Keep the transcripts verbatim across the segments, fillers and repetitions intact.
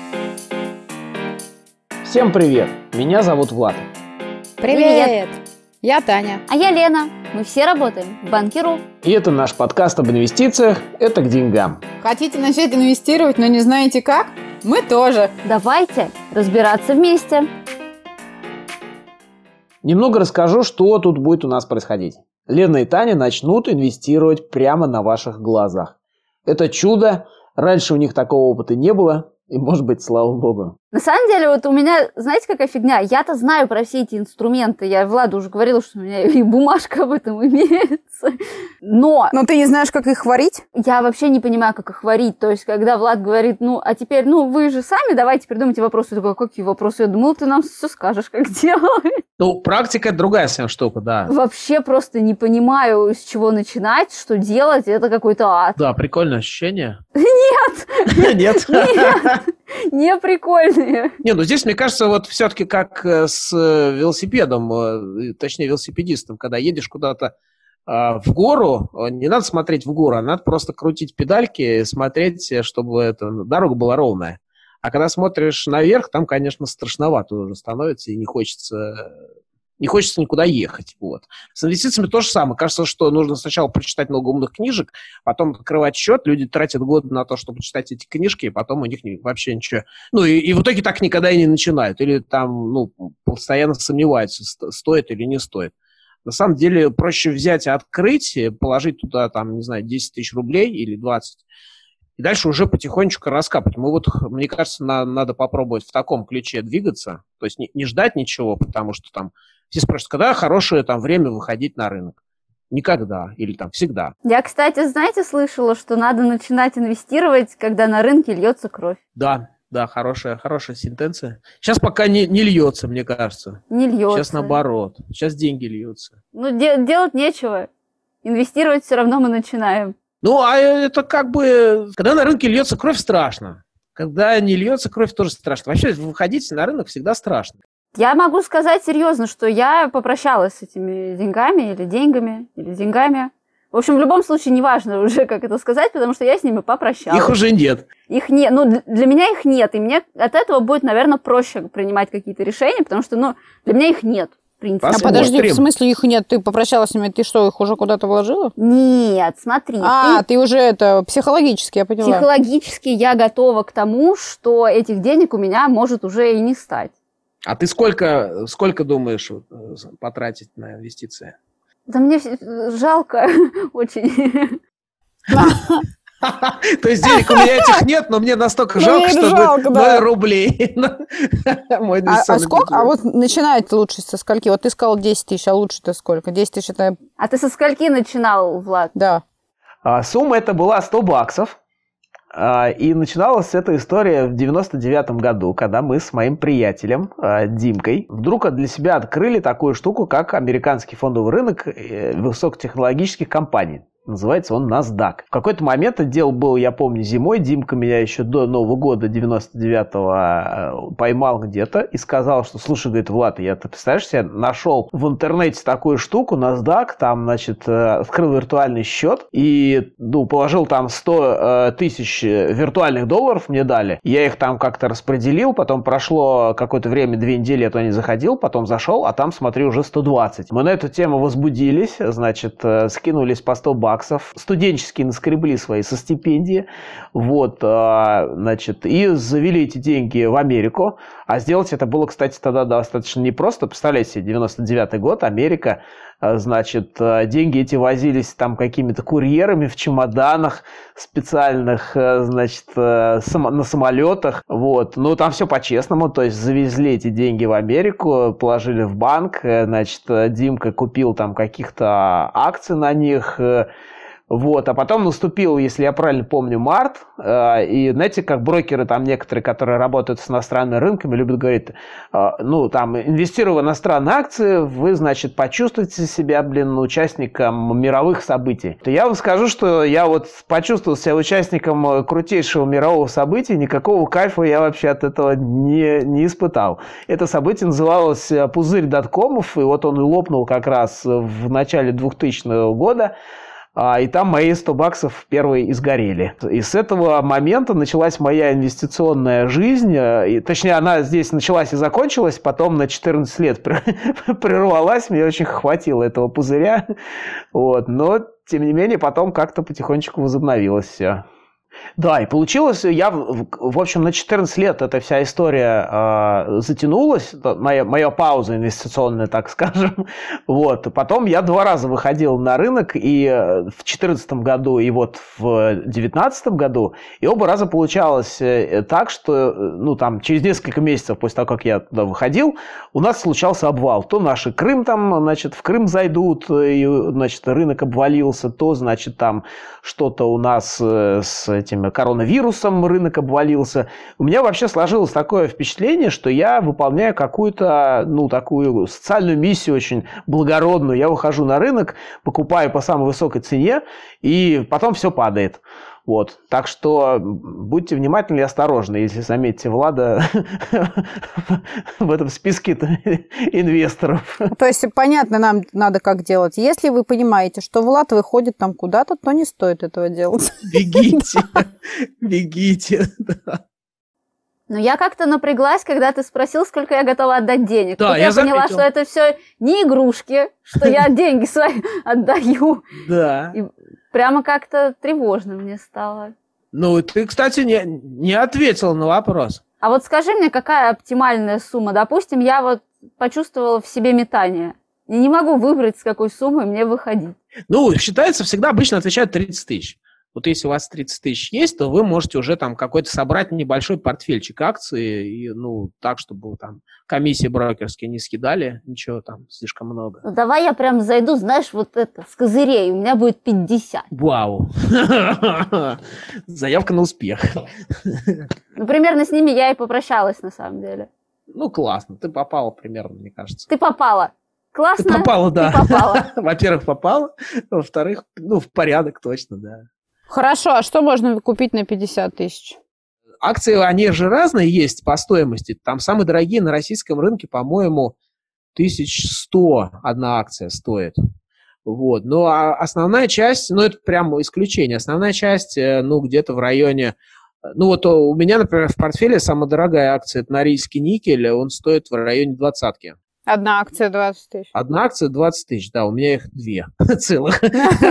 Всем привет! Меня зовут Влад. Привет! Привет! Я Таня. А я Лена. Мы все работаем в Банки.ру. И это наш подкаст об инвестициях «Это к деньгам». Хотите начать инвестировать, но не знаете как? Мы тоже. Давайте разбираться вместе. Немного расскажу, что тут будет у нас происходить. Лена и Таня начнут инвестировать прямо на ваших глазах. Это чудо. Раньше у них такого опыта не было. И, может быть, слава богу. На самом деле, вот у меня, знаете, какая фигня? Я-то знаю про все эти инструменты. Я Владу уже говорила, что у меня и бумажка об этом имеется. Но... Но ты не знаешь, как их варить? Я вообще не понимаю, как их варить. То есть, когда Влад говорит, ну, а теперь, ну, вы же сами давайте придумайте вопросы. Я такой, какие вопросы? Я думала, ты нам все скажешь, как делать. Ну, практика – это другая совсем штука, да. Вообще просто не понимаю, с чего начинать, что делать. Это какой-то ад. Да, прикольное ощущение. Нет! Нет? Нет! Не прикольные. Не, ну здесь, мне кажется, вот все-таки как с велосипедом, точнее, велосипедистом, когда едешь куда-то в гору, не надо смотреть в гору, а надо просто крутить педальки, смотреть, чтобы это, дорога была ровная. А когда смотришь наверх, там, конечно, страшновато уже становится, и не хочется... Не хочется никуда ехать. Вот. С инвестициями то же самое. Кажется, что нужно сначала прочитать много умных книжек, потом открывать счет. Люди тратят годы на то, чтобы читать эти книжки, и потом у них вообще ничего... Ну, и, и в итоге так никогда и не начинают. Или там, ну, постоянно сомневаются, стоит или не стоит. На самом деле проще взять и открыть, положить туда, там, не знаю, десять тысяч рублей или двадцать, и дальше уже потихонечку раскапать. Мы вот, мне кажется, на, надо попробовать в таком ключе двигаться. То есть не, не ждать ничего, потому что там все спрашивают, когда хорошее там время выходить на рынок? Никогда. Или там всегда. Я, кстати, знаете, слышала, что надо начинать инвестировать, когда на рынке льется кровь. Да, да, хорошая, хорошая сентенция. Сейчас пока не, не льется, мне кажется. Не льется. Сейчас наоборот. Сейчас деньги льются. Ну, де- делать нечего. Инвестировать все равно мы начинаем. Ну, а это как бы... Когда на рынке льется кровь, страшно. Когда не льется кровь, тоже страшно. Вообще, выходить на рынок всегда страшно. Я могу сказать серьезно, что я попрощалась с этими деньгами или деньгами, или деньгами. В общем, в любом случае, неважно уже, как это сказать, потому что я с ними попрощалась. Их уже нет. Их нет. Ну, для меня их нет. И мне от этого будет, наверное, проще принимать какие-то решения, потому что, ну, для меня их нет. В принципе. А подожди, в смысле их нет? Ты попрощалась с ними, ты что, их уже куда-то вложила? Нет, смотри. А, ты, ты уже это, психологически, я поняла. Психологически я готова к тому, что этих денег у меня может уже и не стать. А ты сколько, сколько думаешь потратить на инвестиции? Да мне жалко очень. То есть денег у меня этих нет, но мне настолько жалко, что ноль рублей. А сколько? А вот начинать лучше со скольки? Вот ты сказал десять тысяч, а лучше-то сколько? десять тысяч это... А ты со скольки начинал, Влад? Да. Сумма это была сто баксов. И начиналась эта история в девяносто девятом году, когда мы с моим приятелем Димкой вдруг для себя открыли такую штуку, как американский фондовый рынок высокотехнологических компаний. Называется он NASDAQ. В какой-то момент это дело было, я помню, зимой. Димка меня еще до Нового года девяносто девятого поймал где-то и сказал, что, слушай, говорит, Влад, я, ты представляешь себе, нашел в интернете такую штуку, NASDAQ, там, значит, открыл виртуальный счет и, ну, положил там сто тысяч виртуальных долларов мне дали. Я их там как-то распределил, потом прошло какое-то время, две недели я туда не заходил, потом зашел, а там, смотрю, уже сто двадцать. Мы на эту тему возбудились, значит, скинулись по сто баксов. Студенческие наскребли свои со стипендии, вот, значит, и завели эти деньги в Америку. А сделать это было, кстати, тогда достаточно непросто. Представляете себе, девяносто девятый год, Америка, значит, деньги эти возились там какими-то курьерами в чемоданах специальных, значит, на самолетах, вот. Ну, там все по-честному, то есть завезли эти деньги в Америку, положили в банк, значит, Димка купил там каких-то акций на них, вот, а потом наступил, если я правильно помню, март, э, и, знаете, как брокеры там некоторые, которые работают с иностранными рынками, любят говорить, э, ну, там, инвестируя в иностранные акции, вы, значит, почувствуете себя, блин, участником мировых событий. То я вам скажу, что я вот почувствовал себя участником крутейшего мирового события, никакого кайфа я вообще от этого не, не испытал. Это событие называлось «Пузырь доткомов», и вот он лопнул как раз в начале двухтысячного года. и там мои сто баксов первые и сгорели. И с этого момента началась моя инвестиционная жизнь, и, точнее, она здесь началась и закончилась, потом на четырнадцать лет прервалась, мне очень хватило этого пузыря, вот, но, тем не менее, потом как-то потихонечку возобновилось все. Да, и получилось, я, в общем, на четырнадцать лет эта вся история э, затянулась, моя, моя пауза инвестиционная, так скажем. Вот. Потом я два раза выходил на рынок, и в две тысячи четырнадцатом году, и вот в две тысячи девятнадцатом году, и оба раза получалось так, что ну, там, через несколько месяцев после того, как я туда выходил, у нас случался обвал. То наши Крым там, значит, в Крым зайдут, и, значит, рынок обвалился, то, значит, там что-то у нас с этим коронавирусом рынок обвалился. У меня вообще сложилось такое впечатление, что я выполняю какую-то, ну, такую социальную миссию очень благородную. Я выхожу на рынок, покупаю по самой высокой цене, и потом все падает. Вот. Так что будьте внимательны и осторожны, если заметите Влада в этом списке инвесторов. То есть понятно нам надо как делать. Если вы понимаете, что Влад выходит там куда-то, то не стоит этого делать. Бегите, бегите. Ну, я как-то напряглась, когда ты спросил, сколько я готова отдать денег. Да, Тут я, я поняла, что это все не игрушки, что я деньги свои отдаю. Да. И прямо как-то тревожно мне стало. Ну, ты, кстати, не, не ответил на вопрос. А вот скажи мне, какая оптимальная сумма? Допустим, я вот почувствовала в себе метание. И не могу выбрать, с какой суммой мне выходить. Ну, считается, всегда обычно отвечают тридцать тысяч. Вот если у вас тридцать тысяч есть, то вы можете уже там какой-то собрать небольшой портфельчик акций, и, ну, так, чтобы там комиссии брокерские не съедали, ничего там слишком много. Ну, давай я прям зайду, знаешь, вот это, с козырей, у меня будет пятьдесят. Вау! Заявка на успех. Ну, примерно с ними я и попрощалась, на самом деле. Ну, классно, ты попала примерно, мне кажется. Ты попала. Классно. Ты попала, да. Ты попала. Во-первых, попала, во-вторых, ну, в порядок точно, да. Хорошо, а что можно купить на пятьдесят тысяч? Акции, они же разные есть по стоимости. Там самые дорогие на российском рынке, по-моему, тысяча сто одна акция стоит. Вот. Ну, а основная часть, ну, это прямо исключение. Основная часть, ну, где-то в районе... Ну, вот у меня, например, в портфеле самая дорогая акция – это Норильский никель, он стоит в районе двадцатки. Одна акция двадцать тысяч. Одна акция двадцать тысяч, да, у меня их две целых.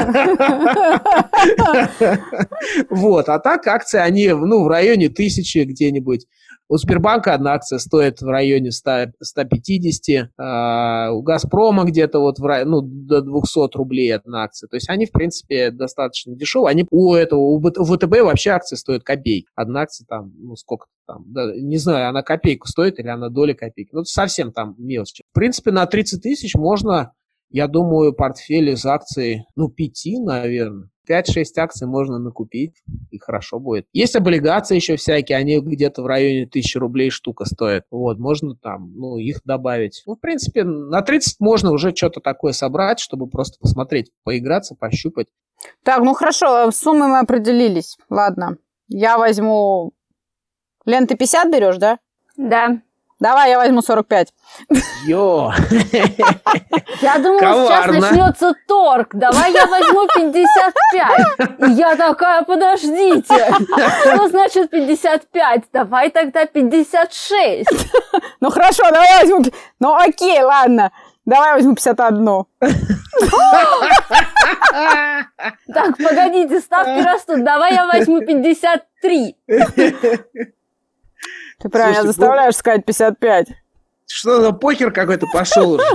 Вот, а так акции, они, ну, в районе тысячи где-нибудь. У Сбербанка одна акция стоит в районе ста пятидесяти, а у Газпрома где-то вот в районе, ну, до двухсот рублей одна акция. То есть они, в принципе, достаточно дешевые. Они у этого, у ВТБ вообще акции стоят копейки. Одна акция там, ну, сколько там, да, не знаю, она копейку стоит или она доля копейки. Ну, совсем там мелочь. В принципе, на тридцать тысяч можно, я думаю, портфель из акций, ну, пяти, наверное. пять-шесть акций можно накупить, и хорошо будет. Есть облигации еще всякие, они где-то в районе тысячи рублей штука стоят. Вот, можно там, ну, их добавить. Ну, в принципе, на тридцать можно уже что-то такое собрать, чтобы просто посмотреть, поиграться, пощупать. Так, ну хорошо, с суммой мы определились. Ладно, я возьму... Лен, ты пятьдесят берешь, да? Да. Давай, я возьму сорок пять. Йо! Я думала, Коварно. Сейчас начнется торг. Давай я возьму пятьдесят пять. И я такая, подождите. Что значит пятьдесят пять? Давай тогда пятьдесят шесть. Ну хорошо, давай я возьму... Ну окей, ладно. Давай я возьму пятьдесят один. Так, погодите, ставки растут. Давай я возьму пятьдесят три. Ты прям меня заставляешь сказать пятьдесят пять. Что за покер какой-то пошел уже?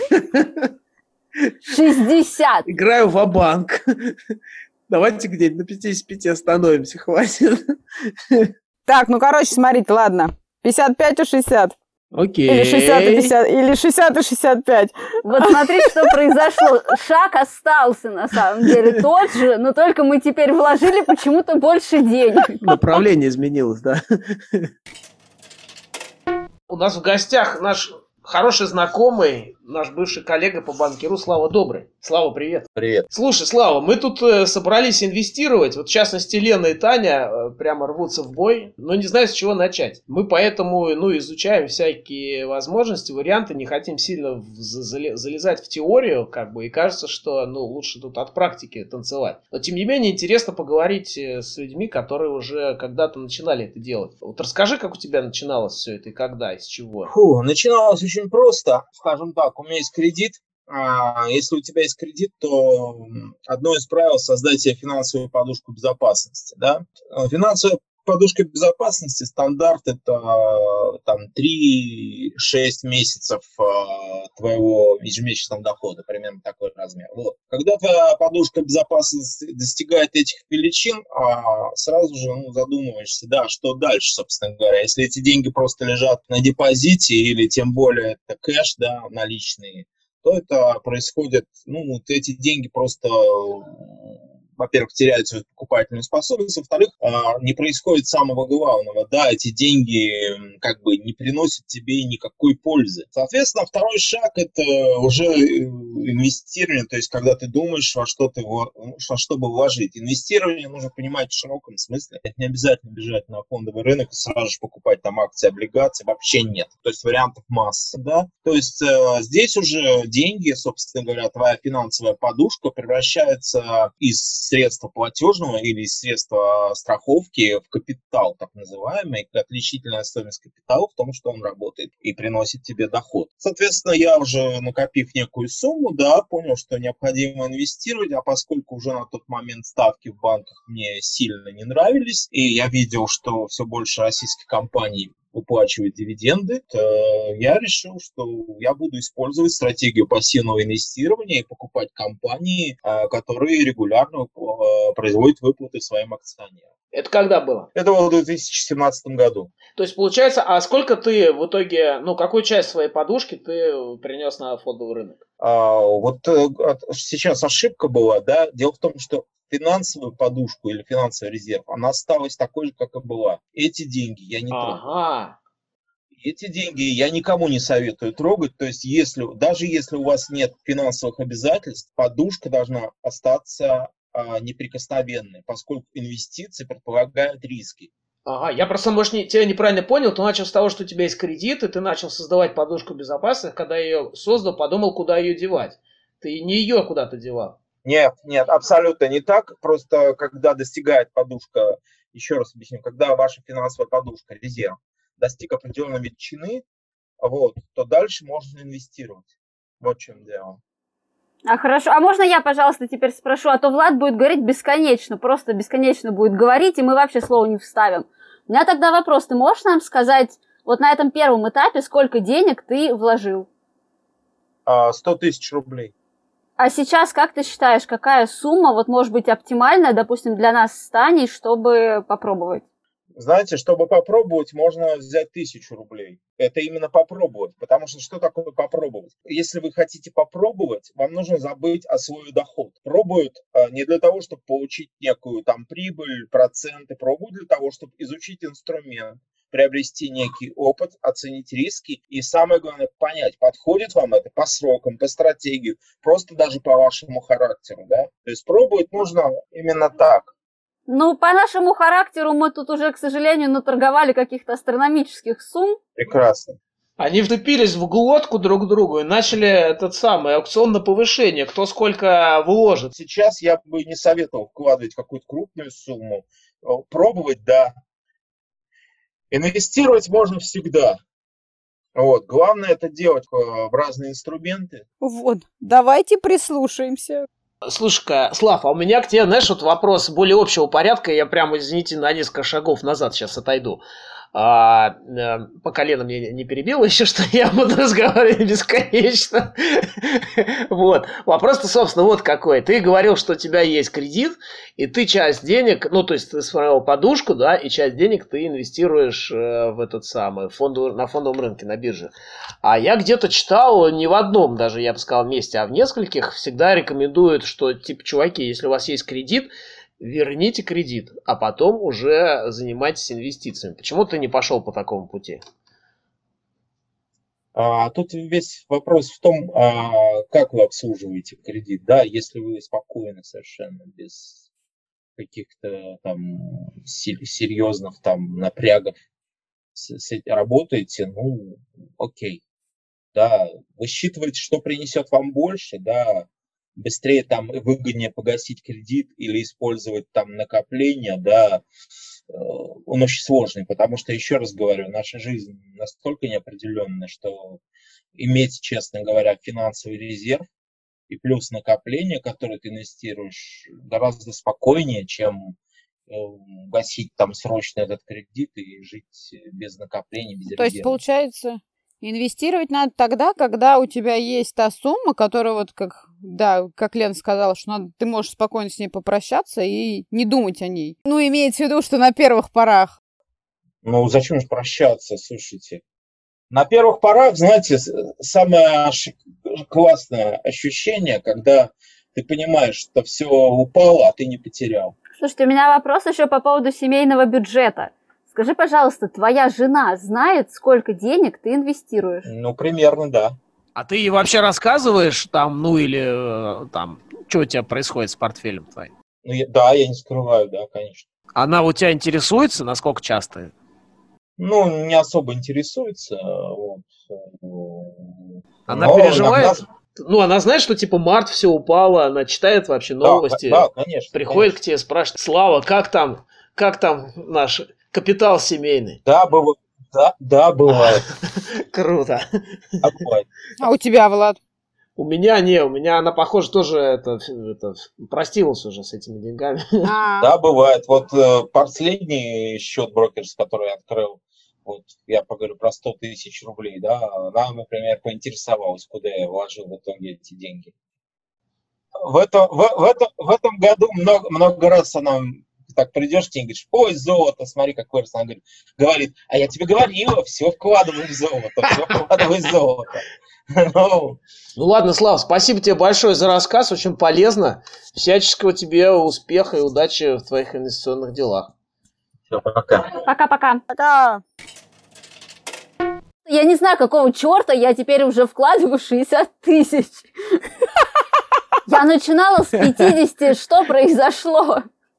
шестьдесят. Играю ва-банк. Давайте где-нибудь на пятьдесят пяти остановимся, хватит. Так, ну короче, смотрите, ладно. пятьдесят пять и шестьдесят. Окей. Или шестьдесят и пятьдесят, или шестьдесят и шестьдесят пять. Вот смотри, что произошло. Шаг остался на самом деле тот же, но только мы теперь вложили почему-то больше денег. Направление изменилось, да. У нас в гостях наш Хороший знакомый, наш бывший коллега по банкиру Слава Добрый. Слава, привет. Привет. Слушай, Слава, мы тут э, собрались инвестировать. Вот, в частности, Лена и Таня э, прямо рвутся в бой, но не знаю, с чего начать. Мы поэтому, ну, изучаем всякие возможности, варианты, не хотим сильно в, зале, залезать в теорию, как бы, и кажется, что, ну, лучше тут от практики танцевать. Но, тем не менее, интересно поговорить с людьми, которые уже когда-то начинали это делать. Вот расскажи, как у тебя начиналось все это и когда, и с чего. Фу, начиналось очень просто. Скажем так, у меня есть кредит. А, если у тебя есть кредит, то одно из правил — создать себе финансовую подушку безопасности. Да? Финансовая подушка безопасности стандарт — это там три-шесть месяцев а, твоего ежемесячного дохода, примерно такой размер. Вот. Когда твоя подушка безопасности достигает этих величин, а, сразу же ну, задумываешься, да, что дальше, собственно говоря. Если эти деньги просто лежат на депозите или тем более это кэш, да, наличные, то это происходит, ну, вот эти деньги просто, во-первых, теряют свою покупательную способность, во-вторых, не происходит самого главного, да, эти деньги как бы не приносят тебе никакой пользы. Соответственно, второй шаг — это уже инвестирование, то есть когда ты думаешь, во что ты, во что бы вложить. Инвестирование нужно понимать в широком смысле. Это не обязательно бежать на фондовый рынок и сразу же покупать там акции, облигации, вообще нет. То есть вариантов масса, да. То есть э, здесь уже деньги, собственно говоря, твоя финансовая подушка превращается из средства платежного или из средства страховки в капитал, так называемый. Отличительная стоимость капитала в том, что он работает и приносит тебе доход. Соответственно, я уже, накопив некую сумму, да, понял, что необходимо инвестировать, а поскольку уже на тот момент ставки в банках мне сильно не нравились, и я видел, что все больше российских компаний выплачивать дивиденды, то я решил, что я буду использовать стратегию пассивного инвестирования и покупать компании, которые регулярно производят выплаты своим акционерам. Это когда было? Это было в две тысячи семнадцатом году. То есть, получается, а сколько ты в итоге, ну, какую часть своей подушки ты принес на фондовый рынок? А, вот сейчас ошибка была, да. Дело в том, что финансовую подушку или финансовый резерв, она осталась такой же, как и была. Эти деньги я не трогаю. Ага. Эти деньги я никому не советую трогать. То есть, если, даже если у вас нет финансовых обязательств, подушка должна остаться а, неприкосновенной, поскольку инвестиции предполагают риски. Ага, я просто, может, не, тебя неправильно понял. Ты начал с того, что у тебя есть кредит, и ты начал создавать подушку безопасности. Когда я ее создал, подумал, куда ее девать. Ты не ее куда-то девал. Нет, нет, абсолютно не так. Просто когда достигает подушка, еще раз объясню, когда ваша финансовая подушка, резерв, достиг определенной величины, вот, то дальше можно инвестировать. Вот в чем дело. А хорошо, а можно я, пожалуйста, теперь спрошу, а то Влад будет говорить бесконечно, просто бесконечно будет говорить, и мы вообще слова не вставим. У меня тогда вопрос, ты можешь нам сказать, вот на этом первом этапе, сколько денег ты вложил? сто тысяч рублей. А сейчас, как ты считаешь, какая сумма, вот может быть, оптимальная, допустим, для нас с Таней, чтобы попробовать? Знаете, чтобы попробовать, можно взять тысячу рублей. Это именно попробовать. Потому что что такое попробовать? Если вы хотите попробовать, вам нужно забыть о свой доход. Пробуют а, не для того, чтобы получить некую там прибыль, проценты. Пробуют для того, чтобы изучить инструмент, приобрести некий опыт, оценить риски и, самое главное, понять, подходит вам это по срокам, по стратегии, просто даже по вашему характеру. Да? То есть пробовать нужно именно так. Ну, по нашему характеру мы тут уже, к сожалению, наторговали каких-то астрономических сумм. Прекрасно. Они втупились в глотку друг к другу и начали этот самый аукцион на повышение, кто сколько вложит. Сейчас я бы не советовал вкладывать какую-то крупную сумму. Пробовать, да. Инвестировать можно всегда. Вот. Главное это делать в разные инструменты. Вот. Давайте прислушаемся. Слушай-ка, Слав, а у меня к тебе, знаешь, вот вопрос более общего порядка. Я прямо, извините, на несколько шагов назад сейчас отойду. А, по колено мне не перебило еще, что я буду разговаривать бесконечно. Вот. Вопрос-то, собственно, вот какой. Ты говорил, что у тебя есть кредит, и ты часть денег, ну, то есть ты сформировал подушку, да, и часть денег ты инвестируешь в этот самый, фондовый, на фондовом рынке, на бирже. А я где-то читал, не в одном даже, я бы сказал, месте, а в нескольких всегда рекомендуют, что, типа, чуваки, если у вас есть кредит, верните кредит, а потом уже занимайтесь инвестициями. Почему ты не пошел по такому пути? А тут весь вопрос в том, а, как вы обслуживаете кредит, да, если вы спокойно совершенно, без каких-то там серьезных там напрягов с, с, работаете, ну, окей, да, высчитываете, что принесет вам больше, да, быстрее там выгоднее погасить кредит или использовать там накопления, да, он очень сложный, потому что, еще раз говорю, наша жизнь настолько неопределенная, что иметь, честно говоря, финансовый резерв и плюс накопление, которое ты инвестируешь, гораздо спокойнее, чем гасить там срочно этот кредит и жить без накопления, без резерва. То есть, получается, инвестировать надо тогда, когда у тебя есть та сумма, которая вот как, да, как Лена сказала, что надо, ты можешь спокойно с ней попрощаться и не думать о ней. Ну, имеется в виду, что на первых порах. Ну, зачем же прощаться, слушайте. На первых порах, знаете, самое классное ощущение, когда ты понимаешь, что все упало, а ты не потерял. Слушайте, у меня вопрос еще по поводу семейного бюджета. Скажи, пожалуйста, твоя жена знает, сколько денег ты инвестируешь? Ну, примерно, да. А ты ей вообще рассказываешь там, ну или там, что у тебя происходит с портфелем твоим? Ну, я, да, я не скрываю, да, конечно. Она у тебя интересуется, насколько часто? Ну, не особо интересуется. Вот. Она Но переживает? Иногда... Ну, она знает, что типа март все упало, она читает вообще новости. Да, да, конечно. Приходит конечно. к тебе, спрашивает: Слава, как там, как там наш капитал семейный? Да, бывает. Да, да, бывает. Круто. А бывает. А у тебя, Влад? У меня не, у меня она, похоже, тоже это, это простилась уже с этими деньгами. А-а-а. Да, бывает. Вот э, последний счет брокерский, который я открыл, вот я поговорю про сто тысяч рублей, да, она, например, поинтересовалась, куда я вложил в итоге эти деньги. В этом, в, в этом, в этом году много, много раз она так придешь к ней и говоришь: ой, золото, смотри, как выросло. Она говорит, говорит, а я тебе говорила, все вкладывай в золото, все вкладывай в золото. Ну ладно, Слав, спасибо тебе большое за рассказ, очень полезно. Всяческого тебе успеха и удачи в твоих инвестиционных делах. Все, пока. Пока-пока. Пока. Я не знаю, какого черта я теперь уже вкладываю шестьдесят тысяч. Я начинала с пятидесяти. Что произошло?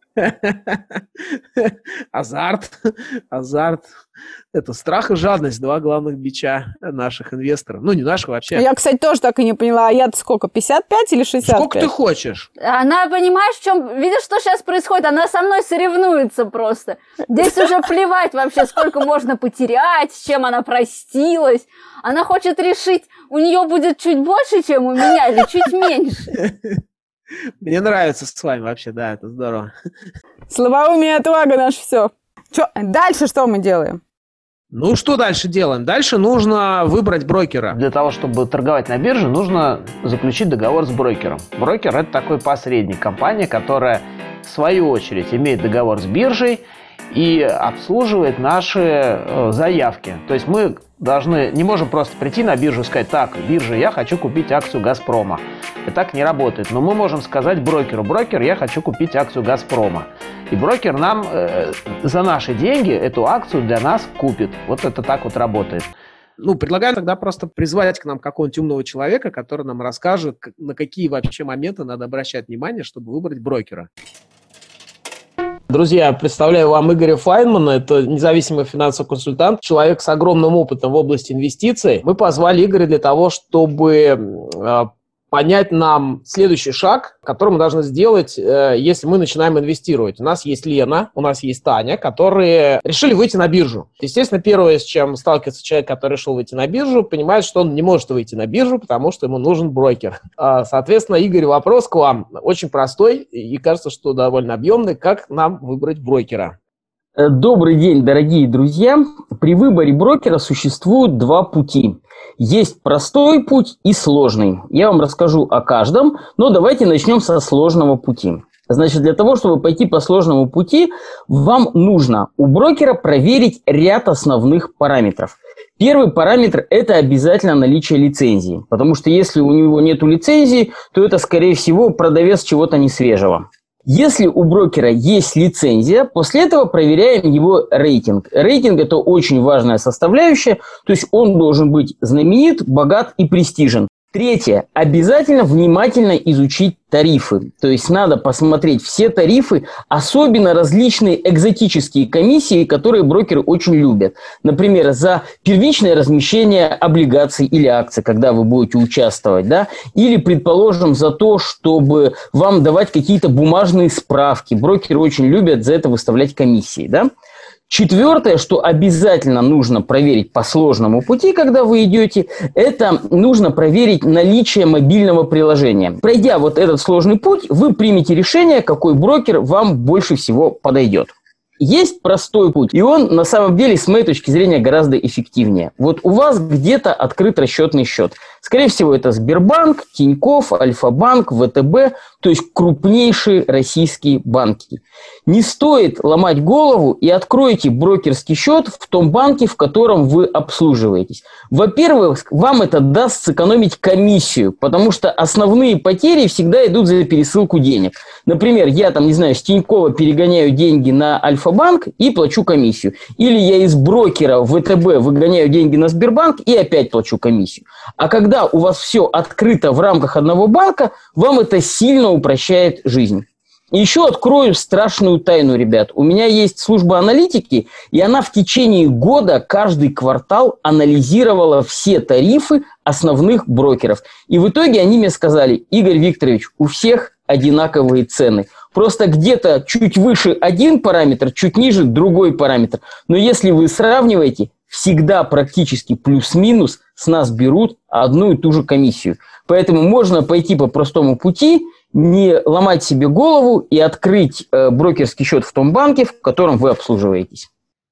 Азарт. Азарт. Это страх и жадность, два главных бича наших инвесторов. Ну, не наших вообще. Я, кстати, тоже так и не поняла. А я-то сколько, пятьдесят пять или шестьдесят пять? Сколько ты хочешь? Она, понимаешь, в чем... Видишь, что сейчас происходит? Она со мной соревнуется просто. Здесь уже плевать вообще, сколько можно потерять, с чем она простилась. Она хочет решить, у нее будет чуть больше, чем у меня, или чуть меньше. Мне нравится с вами вообще, да, это здорово. Слабоумие и отвага наше все. Чё, дальше что мы делаем? Ну, что дальше делаем? Дальше нужно выбрать брокера. Для того, чтобы торговать на бирже, нужно заключить договор с брокером. Брокер – это такой посредник, компания, которая, в свою очередь, имеет договор с биржей и обслуживает наши э, заявки. То есть мы должны, не можем просто прийти на биржу и сказать: так, биржа, я хочу купить акцию «Газпрома». И так не работает. Но мы можем сказать брокеру: брокер, я хочу купить акцию «Газпрома». И брокер нам э, за наши деньги эту акцию для нас купит. Вот это так вот работает. Ну, предлагаю тогда просто призвать к нам какого-нибудь умного человека, который нам расскажет, на какие вообще моменты надо обращать внимание, чтобы выбрать брокера. Друзья, представляю вам Игоря Файнмана, это независимый финансовый консультант, человек с огромным опытом в области инвестиций. Мы позвали Игоря для того, чтобы э, понять нам следующий шаг, который мы должны сделать, э, если мы начинаем инвестировать. У нас есть Лена, у нас есть Таня, которые решили выйти на биржу. Естественно, первое, с чем сталкивается человек, который решил выйти на биржу, понимает, что он не может выйти на биржу, потому что ему нужен брокер. Соответственно, Игорь, вопрос к вам очень простой и кажется, что довольно объемный. Как нам выбрать брокера? Добрый день, дорогие друзья. При выборе брокера существуют два пути. Есть простой путь и сложный. Я вам расскажу о каждом, но давайте начнем со сложного пути. Значит, для того, чтобы пойти по сложному пути, вам нужно у брокера проверить ряд основных параметров. Первый параметр – это обязательно наличие лицензии, потому что если у него нет лицензии, то это, скорее всего, продавец чего-то несвежего. Если у брокера есть лицензия, после этого проверяем его рейтинг. Рейтинг – это очень важная составляющая, то есть он должен быть знаменит, богат и престижен. Третье. Обязательно внимательно изучить тарифы. То есть надо посмотреть все тарифы, особенно различные экзотические комиссии, которые брокеры очень любят. Например, за первичное размещение облигаций или акций, когда вы будете участвовать, да? Или, предположим, за то, чтобы вам давать какие-то бумажные справки. Брокеры очень любят за это выставлять комиссии, да? Четвертое, что обязательно нужно проверить по сложному пути, когда вы идете, это нужно проверить наличие мобильного приложения. Пройдя вот этот сложный путь, вы примете решение, какой брокер вам больше всего подойдет. Есть простой путь, и он на самом деле, с моей точки зрения, гораздо эффективнее. Вот у вас где-то открыт расчетный счет. Скорее всего, это Сбербанк, Тинькофф, Альфа-банк, ВТБ, то есть крупнейшие российские банки. Не стоит ломать голову и откройте брокерский счет в том банке, в котором вы обслуживаетесь. Во-первых, вам это даст сэкономить комиссию, потому что основные потери всегда идут за пересылку денег. Например, я там, не знаю, с Тинькова перегоняю деньги на Альфа-банк и плачу комиссию. Или я из брокера ВТБ выгоняю деньги на Сбербанк и опять плачу комиссию. А когда у вас все открыто в рамках одного банка, вам это сильно упрощает жизнь. И еще открою страшную тайну, ребят. У меня есть служба аналитики, и она в течение года каждый квартал анализировала все тарифы основных брокеров. И в итоге они мне сказали: Игорь Викторович, у всех одинаковые цены. Просто где-то чуть выше один параметр, чуть ниже другой параметр. Но если вы сравниваете, всегда практически плюс-минус с нас берут одну и ту же комиссию. Поэтому можно пойти по простому пути, не ломать себе голову и открыть э, брокерский счет в том банке, в котором вы обслуживаетесь.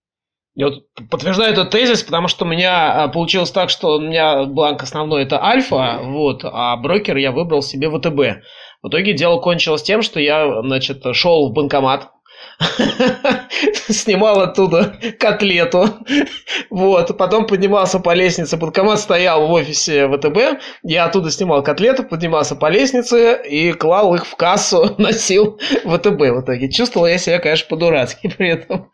Я вот подтверждаю этот тезис, потому что у меня получилось так, что у меня банк основной это Альфа, вот, а брокер я выбрал себе ВТБ. В итоге дело кончилось тем, что я, значит, шел в банкомат, снимал оттуда котлету, вот, потом поднимался по лестнице, банкомат стоял в офисе ВТБ, я оттуда снимал котлету, поднимался по лестнице и клал их в кассу, носил в ВТБ в итоге. Чувствовал я себя, конечно, по-дурацки при этом.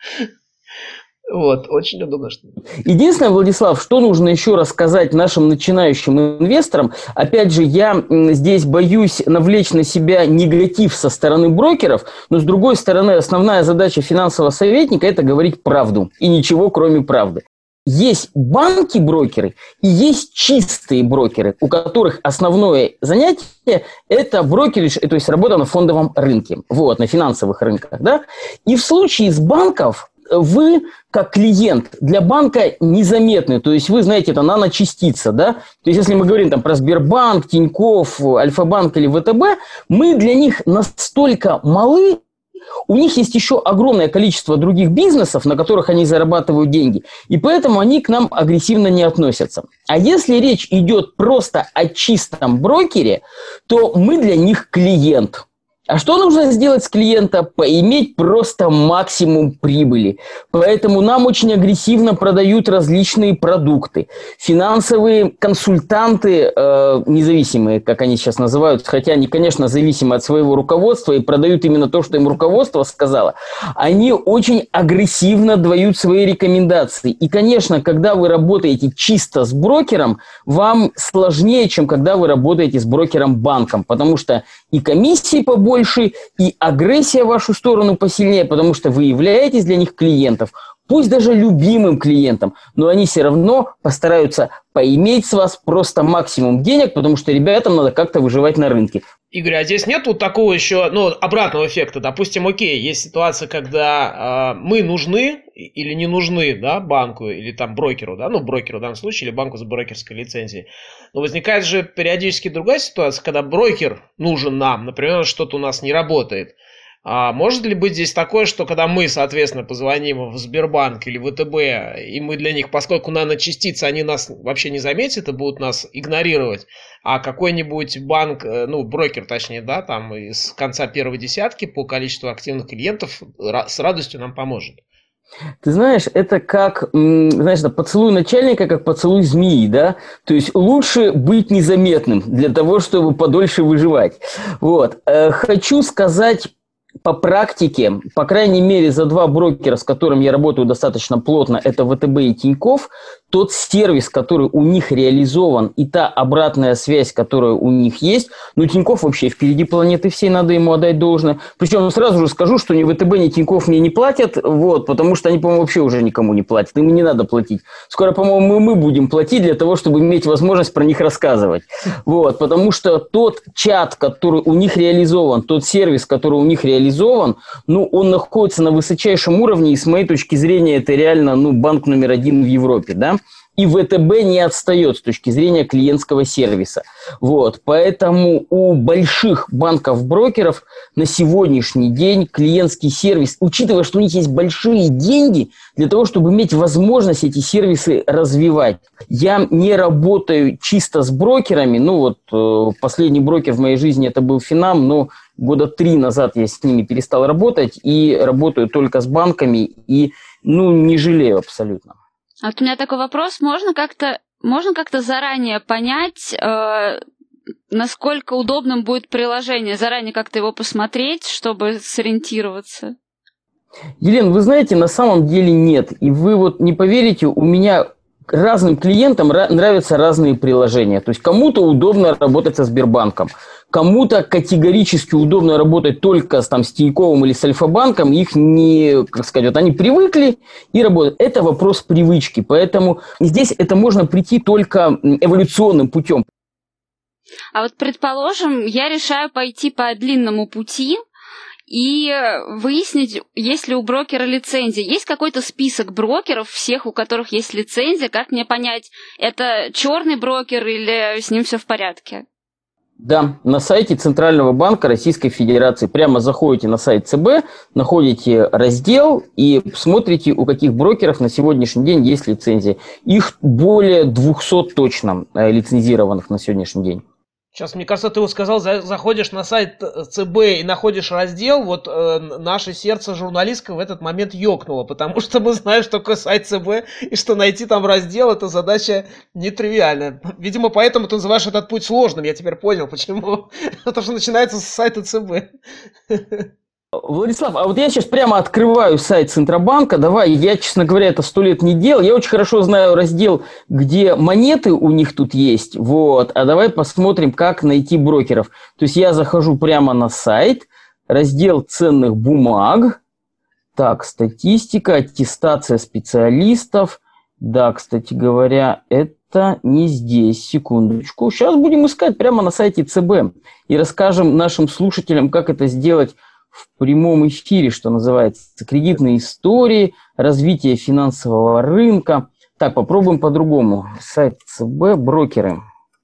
Вот, очень удобно. Единственное, Владислав, что нужно еще рассказать нашим начинающим инвесторам, опять же, я здесь боюсь навлечь на себя негатив со стороны брокеров, но с другой стороны, основная задача финансового советника – это говорить правду, и ничего кроме правды. Есть банки-брокеры и есть чистые брокеры, у которых основное занятие – это брокеридж, то есть работа на фондовом рынке, вот, на финансовых рынках, да. И в случае с банков вы, как клиент, для банка незаметны, то есть вы знаете, это наночастица, да, то есть если мы говорим там про Сбербанк, Тинькофф, Альфа-банк или ВТБ, мы для них настолько малы, у них есть еще огромное количество других бизнесов, на которых они зарабатывают деньги, и поэтому они к нам агрессивно не относятся. А если речь идет просто о чистом брокере, то мы для них клиент. А что нужно сделать с клиента? Поиметь просто максимум прибыли. Поэтому нам очень агрессивно продают различные продукты. Финансовые консультанты, э, независимые, как они сейчас называются, хотя они, конечно, зависимы от своего руководства и продают именно то, что им руководство сказало, они очень агрессивно дают свои рекомендации. И, конечно, когда вы работаете чисто с брокером, вам сложнее, чем когда вы работаете с брокером-банком, потому что и комиссии побольше, больше, и агрессия в вашу сторону посильнее, потому что вы являетесь для них клиентов, пусть даже любимым клиентом, но они все равно постараются поиметь с вас просто максимум денег, потому что ребятам надо как-то выживать на рынке. Игорь, а здесь нет вот такого еще, ну, обратного эффекта? Допустим, окей, есть ситуация, когда э, мы нужны или не нужны, да, банку или там брокеру, да, ну, брокеру в данном случае, или банку с брокерской лицензией. Но возникает же периодически другая ситуация, когда брокер нужен нам, например, что-то у нас не работает. А может ли быть здесь такое, что когда мы, соответственно, позвоним в Сбербанк или ВТБ, и мы для них, поскольку наночастицы, они нас вообще не заметят и будут нас игнорировать, а какой-нибудь банк, ну, брокер, точнее, да, там из конца первой десятки по количеству активных клиентов с радостью нам поможет? Ты знаешь, это как, знаешь, поцелуй начальника, как поцелуй змеи, да? То есть лучше быть незаметным для того, чтобы подольше выживать. Вот. Хочу сказать По практике, по крайней мере, за два брокера, с которыми я работаю достаточно плотно, это ВТБ и Тинькофф, тот сервис, который у них реализован, и та обратная связь, которая у них есть, ну, Тинькофф вообще впереди планеты всей, надо ему отдать должное. Причем сразу же скажу, что ни ВТБ, ни Тинькофф мне не платят, вот, потому что они, по-моему, вообще уже никому не платят, им не надо платить. Скоро, по-моему, мы, мы будем платить для того, чтобы иметь возможность про них рассказывать. Вот, потому что тот чат, который у них реализован, тот сервис, который у них реализован, ну, он находится на высочайшем уровне, и с моей точки зрения это реально, ну, банк номер один в Европе, да, и ВТБ не отстает с точки зрения клиентского сервиса, вот, поэтому у больших банков-брокеров на сегодняшний день клиентский сервис, учитывая, что у них есть большие деньги для того, чтобы иметь возможность эти сервисы развивать. Я не работаю чисто с брокерами, ну, вот, э, последний брокер в моей жизни это был Финам, но года три назад я с ними перестал работать и работаю только с банками и, ну, не жалею абсолютно. А вот у меня такой вопрос. Можно как-то, можно как-то заранее понять, э, насколько удобным будет приложение? Заранее как-то его посмотреть, чтобы сориентироваться? Елена, вы знаете, на самом деле нет. И вы вот не поверите, у меня разным клиентам нравятся разные приложения. То есть кому-то удобно работать со Сбербанком, кому-то категорически удобно работать только с, там, с Тиньковым или с Альфа-банком. Их не, как сказать, вот они привыкли и работают. Это вопрос привычки. Поэтому здесь это можно прийти только эволюционным путем. А вот, предположим, я решаю пойти по длинному пути и выяснить, есть ли у брокера лицензия. Есть какой-то список брокеров, всех, у которых есть лицензия? Как мне понять, это черный брокер или с ним все в порядке? Да, на сайте Центрального банка Российской Федерации. Прямо заходите на сайт ЦБ, находите раздел и смотрите, у каких брокеров на сегодняшний день есть лицензия. Их более двухсот точно лицензированных на сегодняшний день. Сейчас, мне кажется, ты вот сказал, за, заходишь на сайт ЦБ и находишь раздел, вот э, наше сердце журналистское в этот момент ёкнуло, потому что мы знаем, что такое сайт ЦБ, и что найти там раздел, это задача нетривиальная. Видимо, поэтому ты называешь этот путь сложным, я теперь понял, почему. Потому что начинается с сайта ЦБ. Владислав, а вот я сейчас прямо открываю сайт Центробанка, давай, я, честно говоря, это сто лет не делал, я очень хорошо знаю раздел, где монеты у них тут есть, вот, а давай посмотрим, как найти брокеров. То есть я захожу прямо на сайт, раздел ценных бумаг, так, статистика, аттестация специалистов, да, кстати говоря, это не здесь, секундочку, сейчас будем искать прямо на сайте ЦБ и расскажем нашим слушателям, как это сделать в прямом эфире, что называется, кредитные истории, развитие финансового рынка. Так, попробуем по-другому. Сайт ЦБ, брокеры.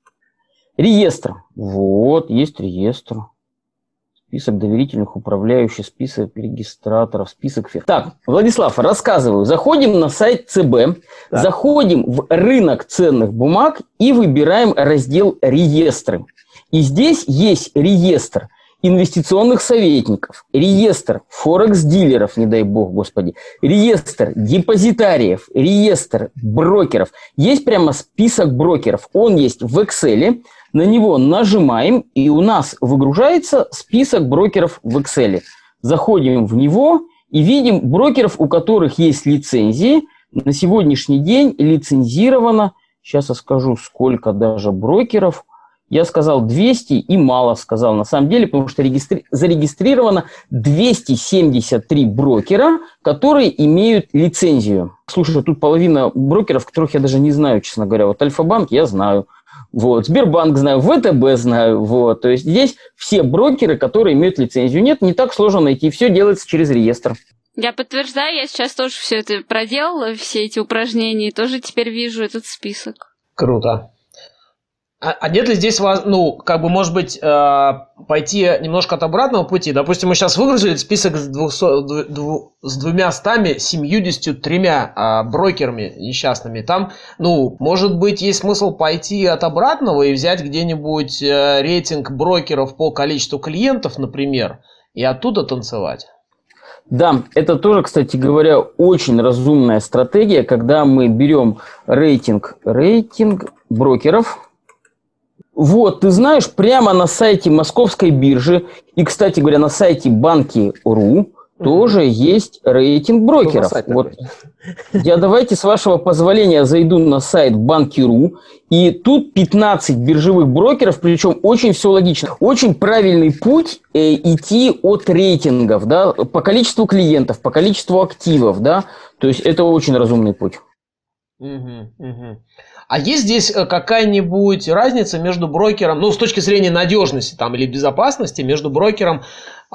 Реестр. Вот, есть реестр. Список доверительных управляющих, список регистраторов, список фирм. Так, Владислав, рассказываю. Заходим на сайт ЦБ, да. Заходим в рынок ценных бумаг и выбираем раздел «Реестры». И здесь есть реестр инвестиционных советников, реестр форекс-дилеров, не дай бог, господи, реестр депозитариев, реестр брокеров. Есть прямо список брокеров. Он есть в Excel. На него нажимаем, и у нас выгружается список брокеров в Excel. Заходим в него и видим брокеров, у которых есть лицензии. На сегодняшний день лицензировано, сейчас я скажу, сколько даже брокеров. Я сказал двести и мало сказал на самом деле, потому что регистри... зарегистрировано двести семьдесят три брокера, которые имеют лицензию. Слушай, тут половина брокеров, которых я даже не знаю, честно говоря. Вот Альфа-банк я знаю, вот, Сбербанк знаю, ВТБ знаю. Вот. То есть здесь все брокеры, которые имеют лицензию. Нет, не так сложно найти, все делается через реестр. Я подтверждаю, я сейчас тоже все это проделала, все эти упражнения, и тоже теперь вижу этот список. Круто. А, а нет ли здесь, ну, как бы, может быть, э, пойти немножко от обратного пути? Допустим, мы сейчас выгрузили список с, двухсот, дву, с двумястами семьюдесятью тремя э, брокерами несчастными. Там, ну, может быть, есть смысл пойти от обратного и взять где-нибудь э, рейтинг брокеров по количеству клиентов, например, и оттуда танцевать? Да, это тоже, кстати говоря, очень разумная стратегия, когда мы берем рейтинг, рейтинг брокеров. Вот, ты знаешь, прямо на сайте Московской биржи и, кстати говоря, на сайте банки точка ру тоже есть рейтинг брокеров. Вот. Я давайте, с вашего позволения, зайду на сайт банки точка ру, и тут пятнадцать биржевых брокеров, причем очень все логично. Очень правильный путь э, идти от рейтингов, да, по количеству клиентов, по количеству активов, да, то есть это очень разумный путь. Угу, угу. А есть здесь какая-нибудь разница между брокером, ну, с точки зрения надежности там, или безопасности, между брокером,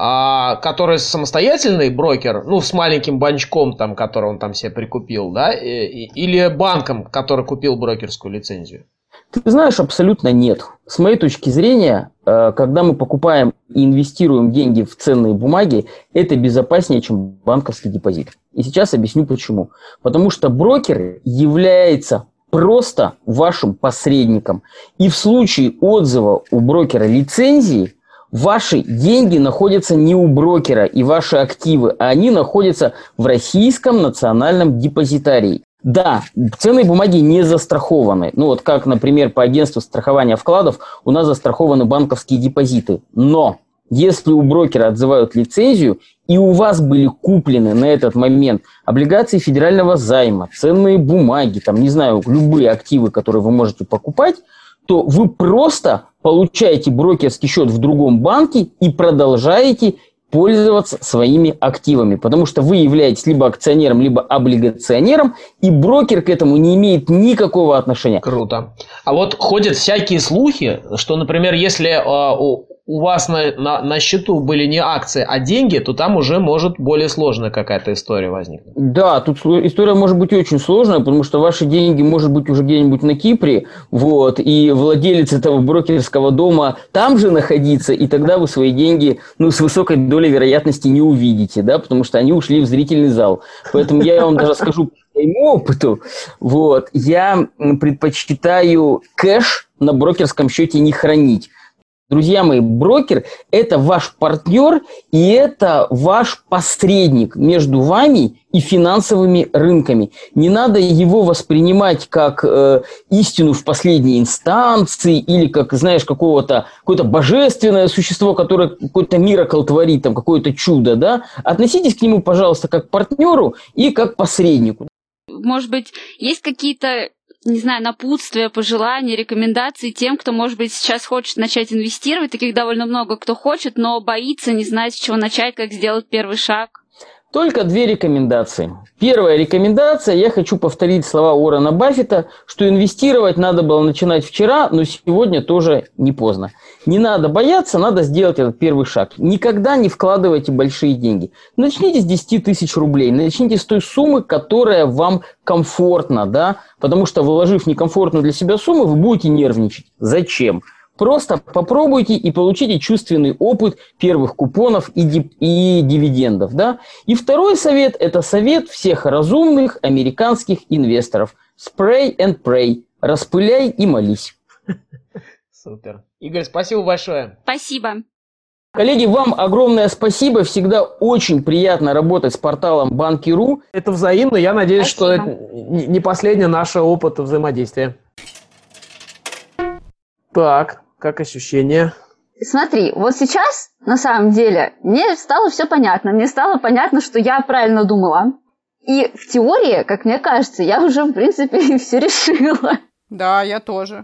а, который самостоятельный брокер, ну, с маленьким банчком, там, который он там себе прикупил, да, и, или банком, который купил брокерскую лицензию? Ты знаешь, абсолютно нет. С моей точки зрения, когда мы покупаем и инвестируем деньги в ценные бумаги, это безопаснее, чем банковский депозит. И сейчас объясню почему. Потому что брокер является просто вашим посредником. И в случае отзыва у брокера лицензии, ваши деньги находятся не у брокера и ваши активы, а они находятся в Российском национальном депозитарии. Да, ценные бумаги не застрахованы. Ну вот как, например, по агентству страхования вкладов у нас застрахованы банковские депозиты. Но если у брокера отзывают лицензию, и у вас были куплены на этот момент облигации федерального займа, ценные бумаги, там, не знаю, любые активы, которые вы можете покупать, то вы просто получаете брокерский счет в другом банке и продолжаете пользоваться своими активами, потому что вы являетесь либо акционером, либо облигационером, и брокер к этому не имеет никакого отношения. Круто. А вот ходят всякие слухи, что, например, если э, у, у вас на, на, на счету были не акции, а деньги, то там уже может более сложная какая-то история возникнуть. Да, тут история может быть очень сложная, потому что ваши деньги может быть уже где-нибудь на Кипре, вот, и владелец этого брокерского дома там же находиться, и тогда вы свои деньги, ну, с высокой долей вероятности не увидите, да, потому что они ушли в зрительный зал. Поэтому я вам даже скажу по своему опыту, вот, я предпочитаю кэш на брокерском счете не хранить. Друзья мои, брокер – это ваш партнер и это ваш посредник между вами и финансовыми рынками. Не надо его воспринимать как э, истину в последней инстанции или как, знаешь, какого-то, какое-то божественное существо, которое какой-то миракл творит, там, какое-то чудо, да? Относитесь к нему, пожалуйста, как к партнеру и как к посреднику. Может быть, есть какие-то, не знаю, напутствия, пожелания, рекомендации тем, кто, может быть, сейчас хочет начать инвестировать. Таких довольно много кто хочет, но боится, не знает, с чего начать, как сделать первый шаг. Только две рекомендации. Первая рекомендация, я хочу повторить слова Уоррена Баффета, что инвестировать надо было начинать вчера, но сегодня тоже не поздно. Не надо бояться, надо сделать этот первый шаг. Никогда не вкладывайте большие деньги. Начните с десяти тысяч рублей, начните с той суммы, которая вам комфортна, да, потому что, вложив некомфортную для себя сумму, вы будете нервничать. Зачем? Просто попробуйте и получите чувственный опыт первых купонов и, дип- и дивидендов. Да? И второй совет – это совет всех разумных американских инвесторов. Spray and pray. Распыляй и молись. Супер. Игорь, спасибо большое. Спасибо. Коллеги, вам огромное спасибо. Всегда очень приятно работать с порталом банки точка ру. Это взаимно. Я надеюсь, Спасибо. что это не последний наш опыт взаимодействия. Так. Как ощущения? Смотри, вот сейчас, на самом деле, мне стало все понятно. Мне стало понятно, что я правильно думала. И в теории, как мне кажется, я уже, в принципе, все решила. Да, я тоже.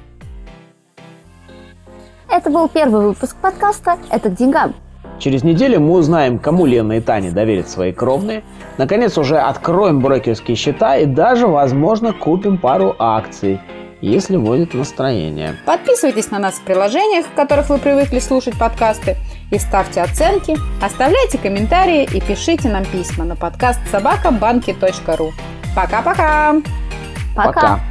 Это был первый выпуск подкаста «Это к деньгам». Через неделю мы узнаем, кому Лена и Таня доверят свои кровные. Наконец, уже откроем брокерские счета и даже, возможно, купим пару акций, если будет настроение. Подписывайтесь на нас в приложениях, в которых вы привыкли слушать подкасты, и ставьте оценки, оставляйте комментарии и пишите нам письма на подкаст собака банки точка ру. Пока-пока! Пока! Пока.